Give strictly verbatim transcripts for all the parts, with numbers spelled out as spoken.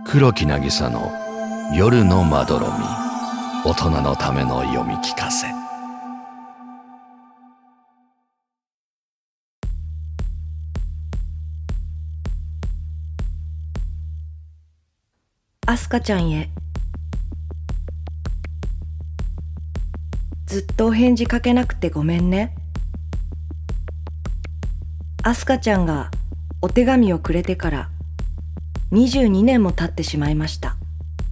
黒木渚の夜のまどろみ。大人のための読み聞かせ。 あすかちゃんへ。ずっとお返事かけなくてごめんね。あすかちゃんがお手紙をくれてからにじゅうにねんも経ってしまいました。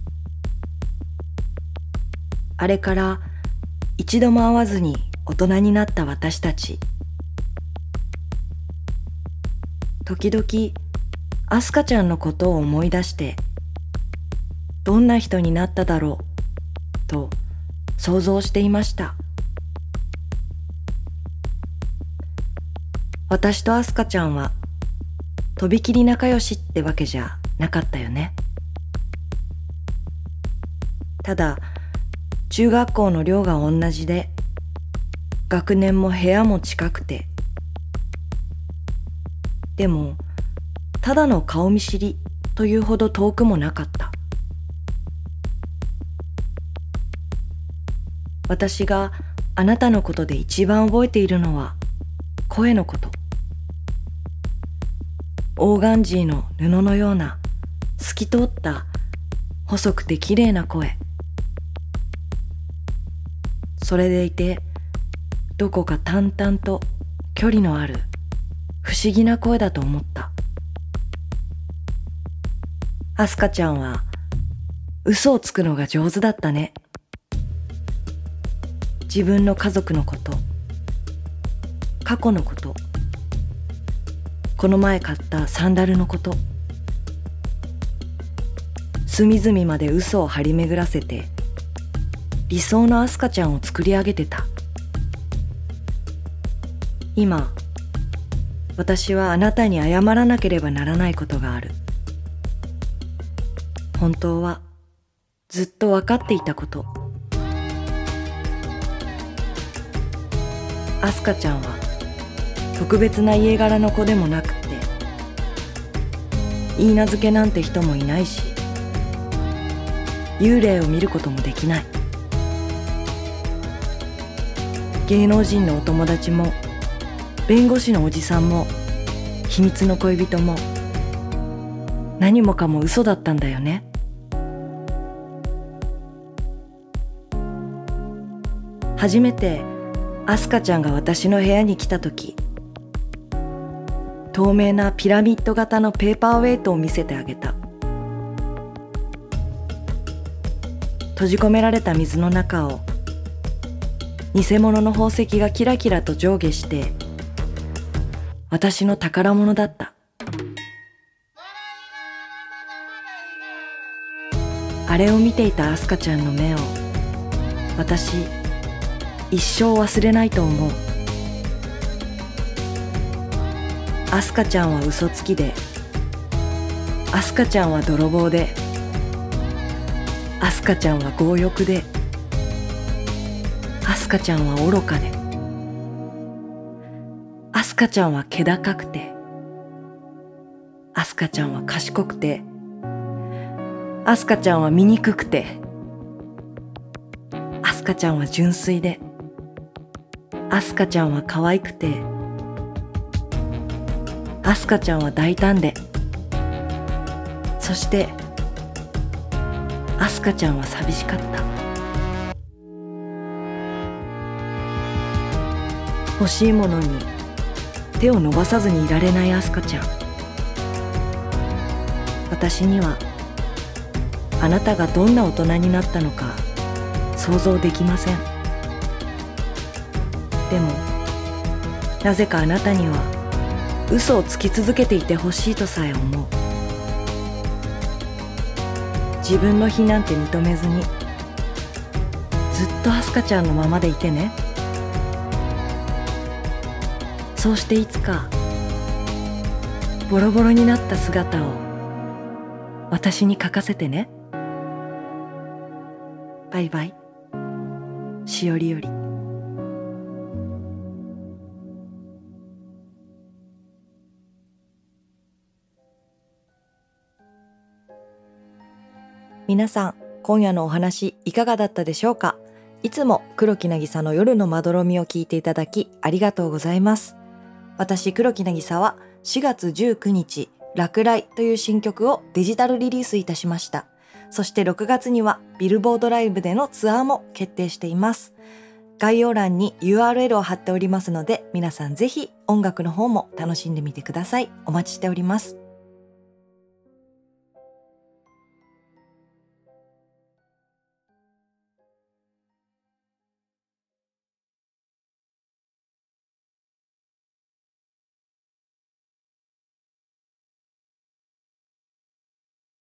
あれから一度も会わずに大人になった私たち。時々あすかちゃんのことを思い出して、どんな人になっただろうと想像していました。私とあすかちゃんはとびきり仲良しってわけじゃなかったよね。ただ中学校の寮が同じで、学年も部屋も近くて、でもただの顔見知りというほど遠くもなかった。私があなたのことで一番覚えているのは声のこと。オーガンジーの布のような透き通った細くて綺麗な声。それでいてどこか淡々と距離のある不思議な声だと思った。あすかちゃんは嘘をつくのが上手だったね。自分の家族のこと、過去のこと、この前買ったサンダルのこと、隅々まで嘘を張り巡らせて理想のあすかちゃんを作り上げてた。今私はあなたに謝らなければならないことがある。本当はずっと分かっていたこと。あすかちゃんは特別な家柄の子でもなくて、いいなずけなんて人もいないし、幽霊を見ることもできない。芸能人のお友達も弁護士のおじさんも秘密の恋人も何もかも嘘だったんだよね。初めてあすかちゃんが私の部屋に来たとき、透明なピラミッド型のペーパーウェイトを見せてあげた。閉じ込められた水の中を偽物の宝石がキラキラと上下して、私の宝物だった。あれを見ていたあすかちゃんの目を私一生忘れないと思う。あすかちゃんは嘘つきで、あすかちゃんは泥棒で、あすかちゃんは強欲で、あすかちゃんは愚かで、あすかちゃんは気高くて、あすかちゃんは賢くて、あすかちゃんは醜くて、あすかちゃんは純粋で、あすかちゃんは可愛くて、あすかちゃんは大胆で、そしてあすかちゃんは寂しかった。欲しいものに手を伸ばさずにいられないあすかちゃん。私にはあなたがどんな大人になったのか想像できません。でもなぜかあなたには嘘をつき続けていてほしいとさえ思う。自分の非なんて認めずにずっとあすかちゃんのままでいてね。そうしていつかボロボロになった姿を私に描かせてね。バイバイ、しおりより。 皆さん、今夜のお話いかがだったでしょうか。いつも黒木なぎさの夜のまどろみを聞いていただきありがとうございます。私黒木なぎさはしがつじゅうくにち落雷という新曲をデジタルリリースいたしました。そしてろくがつにはビルボードライブでのツアーも決定しています。概要欄に ユーアールエル を貼っておりますので、皆さんぜひ音楽の方も楽しんでみてください。お待ちしております。